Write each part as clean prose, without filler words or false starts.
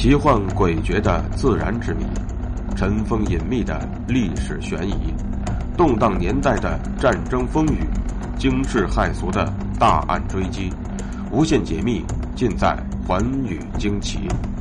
奇幻诡谲的自然之谜，尘封隐秘的历史悬疑，动荡年代的战争风雨，惊世骇俗的大案追击，无限解密尽在寰宇惊奇。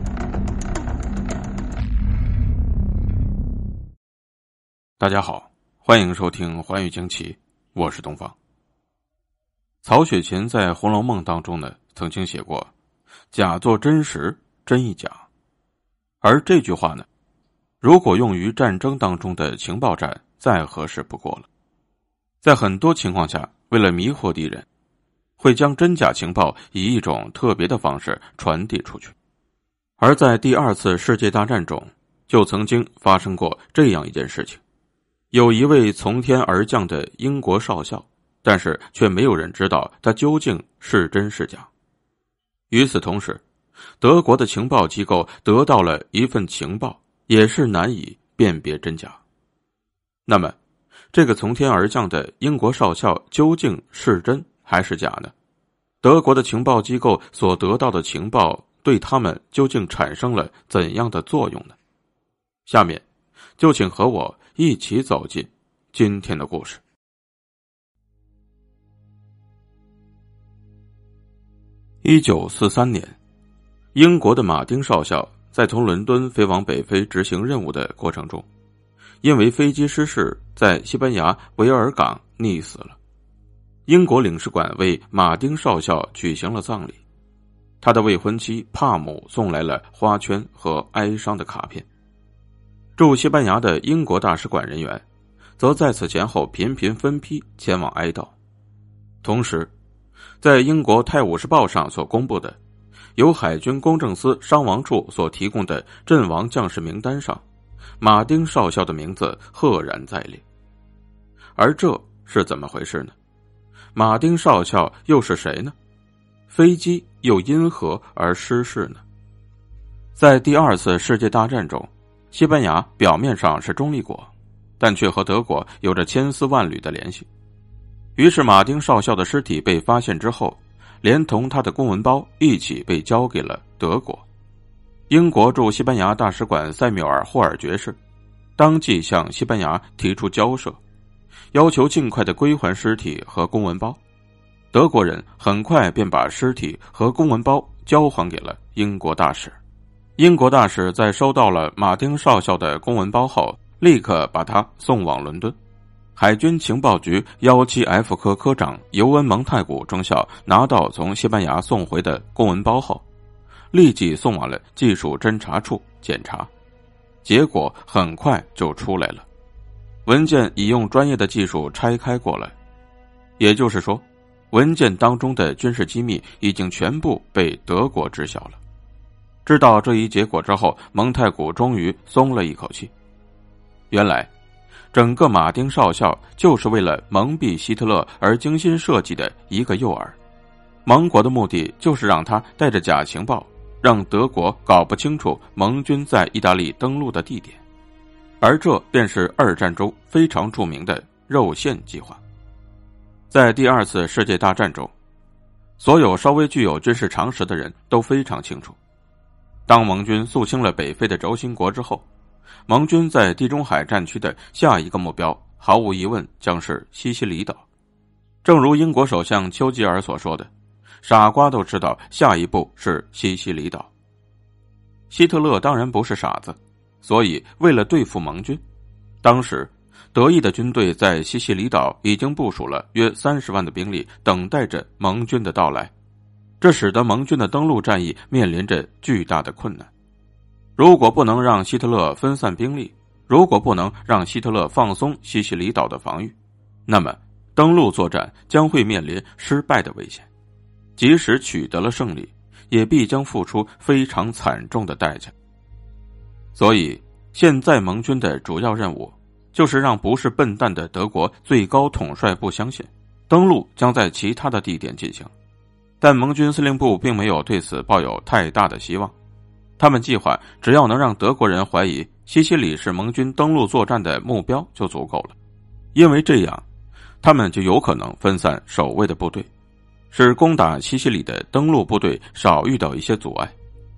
大家好，欢迎收听寰宇惊奇，我是东方。曹雪芹在《红楼梦》当中呢，曾经写过假作真实，真亦假。而这句话呢，如果用于战争当中的情报战，再合适不过了。在很多情况下，为了迷惑敌人，会将真假情报以一种特别的方式传递出去。而在第二次世界大战中，就曾经发生过这样一件事情。有一位从天而降的英国少校，但是却没有人知道他究竟是真是假。与此同时，德国的情报机构得到了一份情报，也是难以辨别真假。那么，这个从天而降的英国少校究竟是真还是假呢？德国的情报机构所得到的情报对他们究竟产生了怎样的作用呢？下面就请和我一起走进今天的故事。1943年，英国的马丁少校在从伦敦飞往北非执行任务的过程中，因为飞机失事，在西班牙维尔港溺死了。英国领事馆为马丁少校举行了葬礼，他的未婚妻帕姆送来了花圈和哀伤的卡片。驻西班牙的英国大使馆人员则在此前后频频分批前往哀悼。同时，在英国《泰晤士报》上所公布的由海军公证司伤亡处所提供的阵亡将士名单上，马丁少校的名字赫然在列。而这是怎么回事呢？马丁少校又是谁呢？飞机又因何而失事呢？在第二次世界大战中，西班牙表面上是中立国，但却和德国有着千丝万缕的联系。于是马丁少校的尸体被发现之后，连同他的公文包一起被交给了德国。英国驻西班牙大使馆塞缪尔·霍尔爵士当即向西班牙提出交涉，要求尽快的归还尸体和公文包。德国人很快便把尸体和公文包交还给了英国大使。英国大使在收到了马丁少校的公文包后，立刻把他送往伦敦。海军情报局 17F 科科长尤恩·蒙泰古中校拿到从西班牙送回的公文包后，立即送往了技术侦查处检查。结果很快就出来了，文件已用专业的技术拆开过来，也就是说，文件当中的军事机密已经全部被德国知晓了。知道这一结果之后，蒙泰古终于松了一口气。原来整个马丁少校就是为了蒙蔽希特勒而精心设计的一个诱饵。盟国的目的就是让他带着假情报，让德国搞不清楚盟军在意大利登陆的地点。而这便是二战中非常著名的肉馅计划。在第二次世界大战中，所有稍微具有军事常识的人都非常清楚，当盟军肃清了北非的轴心国之后，盟军在地中海战区的下一个目标毫无疑问将是西西里岛。正如英国首相丘吉尔所说的，傻瓜都知道下一步是西西里岛。希特勒当然不是傻子，所以为了对付盟军，当时德意的军队在西西里岛已经部署了约30万的兵力，等待着盟军的到来。这使得盟军的登陆战役面临着巨大的困难。如果不能让希特勒分散兵力，如果不能让希特勒放松西西里岛的防御，那么登陆作战将会面临失败的危险。即使取得了胜利，也必将付出非常惨重的代价。所以现在盟军的主要任务就是让不是笨蛋的德国最高统帅部相信登陆将在其他的地点进行。但盟军司令部并没有对此抱有太大的希望，他们计划只要能让德国人怀疑西西里是盟军登陆作战的目标就足够了，因为这样他们就有可能分散守卫的部队，使攻打西西里的登陆部队少遇到一些阻碍，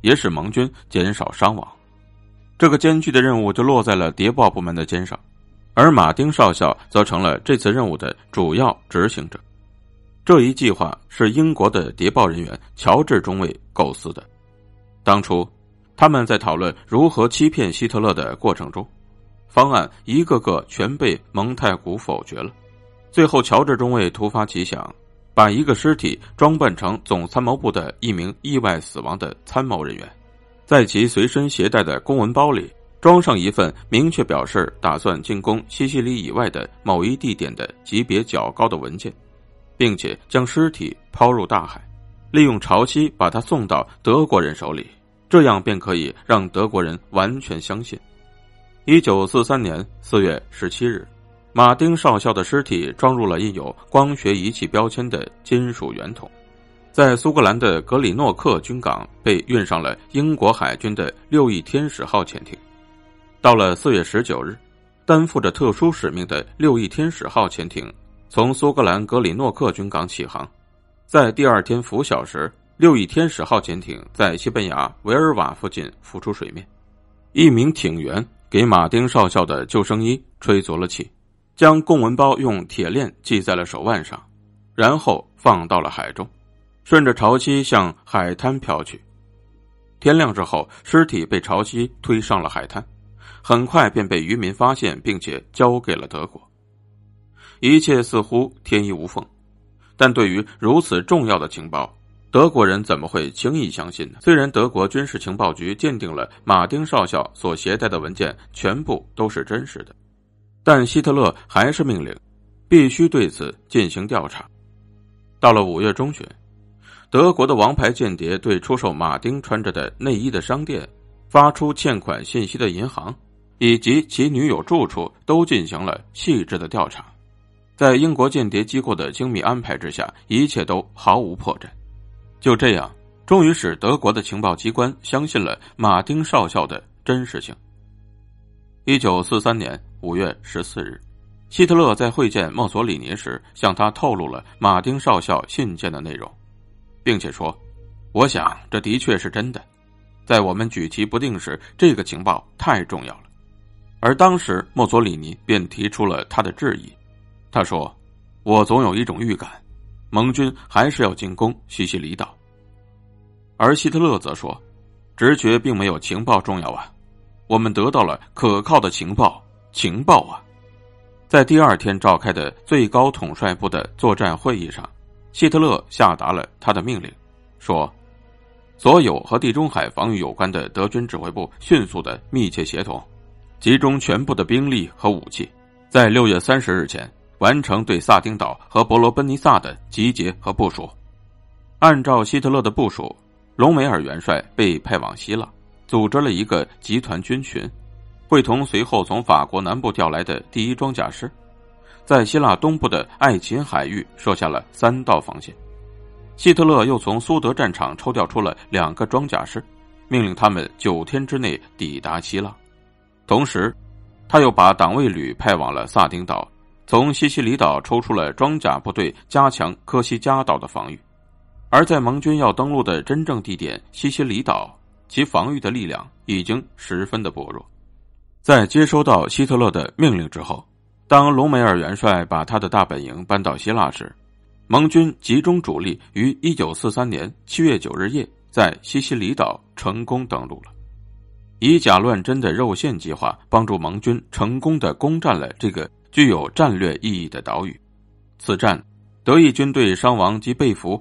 也使盟军减少伤亡。这个艰巨的任务就落在了谍报部门的肩上，而马丁少校则成了这次任务的主要执行者。这一计划是英国的谍报人员乔治中尉构思的。当初他们在讨论如何欺骗希特勒的过程中，方案一个个全被蒙太古否决了。最后乔治中尉突发奇想，把一个尸体装扮成总参谋部的一名意外死亡的参谋人员，在其随身携带的公文包里装上一份明确表示打算进攻西西里以外的某一地点的级别较高的文件，并且将尸体抛入大海，利用潮汐把它送到德国人手里，这样便可以让德国人完全相信。1943年4月17日，马丁少校的尸体装入了印有光学仪器标签的金属圆筒，在苏格兰的格里诺克军港被运上了英国海军的6翼天使号潜艇。到了4月19日，担负着特殊使命的6翼天使号潜艇从苏格兰格里诺克军港起航。在第二天拂晓时，6翼天使号潜艇在西班牙维尔瓦附近浮出水面。一名艇员给马丁少校的救生衣吹足了气，将公文包用铁链系在了手腕上，然后放到了海中，顺着潮汐向海滩飘去。天亮之后，尸体被潮汐推上了海滩，很快便被渔民发现，并且交给了德国。一切似乎天衣无缝，但对于如此重要的情报，德国人怎么会轻易相信呢？虽然德国军事情报局鉴定了马丁少校所携带的文件全部都是真实的，但希特勒还是命令必须对此进行调查。到了5月中旬，德国的王牌间谍对出售马丁穿着的内衣的商店、发出欠款信息的银行以及其女友住处都进行了细致的调查。在英国间谍机构的精密安排之下，一切都毫无破绽。就这样，终于使德国的情报机关相信了马丁少校的真实性。1943年5月14日，希特勒在会见墨索里尼时向他透露了马丁少校信件的内容，并且说，我想这的确是真的，在我们举棋不定时，这个情报太重要了。而当时墨索里尼便提出了他的质疑，他说，我总有一种预感，盟军还是要进攻西西里岛。而希特勒则说，直觉并没有情报重要啊，我们得到了可靠的情报啊。在第二天召开的最高统帅部的作战会议上，希特勒下达了他的命令，说，所有和地中海防御有关的德军指挥部迅速的密切协同，集中全部的兵力和武器，在6月30日前完成对萨丁岛和伯罗奔尼撒的集结和部署。按照希特勒的部署，隆美尔元帅被派往希腊，组织了一个集团军群，会同随后从法国南部调来的第一装甲师，在希腊东部的爱琴海域设下了3道防线。希特勒又从苏德战场抽调出了2个装甲师，命令他们9天之内抵达希腊。同时，他又把党卫旅派往了萨丁岛，从西西里岛抽出了装甲部队，加强科西嘉岛的防御。而在盟军要登陆的真正地点西西里岛，其防御的力量已经十分的薄弱。在接收到希特勒的命令之后，当隆美尔元帅把他的大本营搬到希腊时，盟军集中主力于1943年7月9日夜在西西里岛成功登陆了。以假乱真的肉馅计划帮助盟军成功地攻占了这个具有战略意义的岛屿。此战，德意军队伤亡及被俘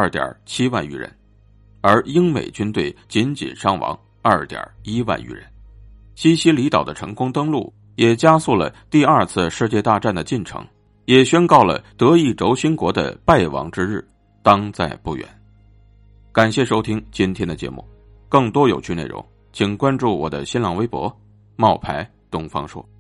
22.7 万余人，而英美军队仅仅伤亡 2.1 万余人。西西里岛的成功登陆也加速了第2次世界大战的进程，也宣告了德意轴心国的败亡之日当在不远。感谢收听今天的节目，更多有趣内容请关注我的新浪微博冒牌东方说。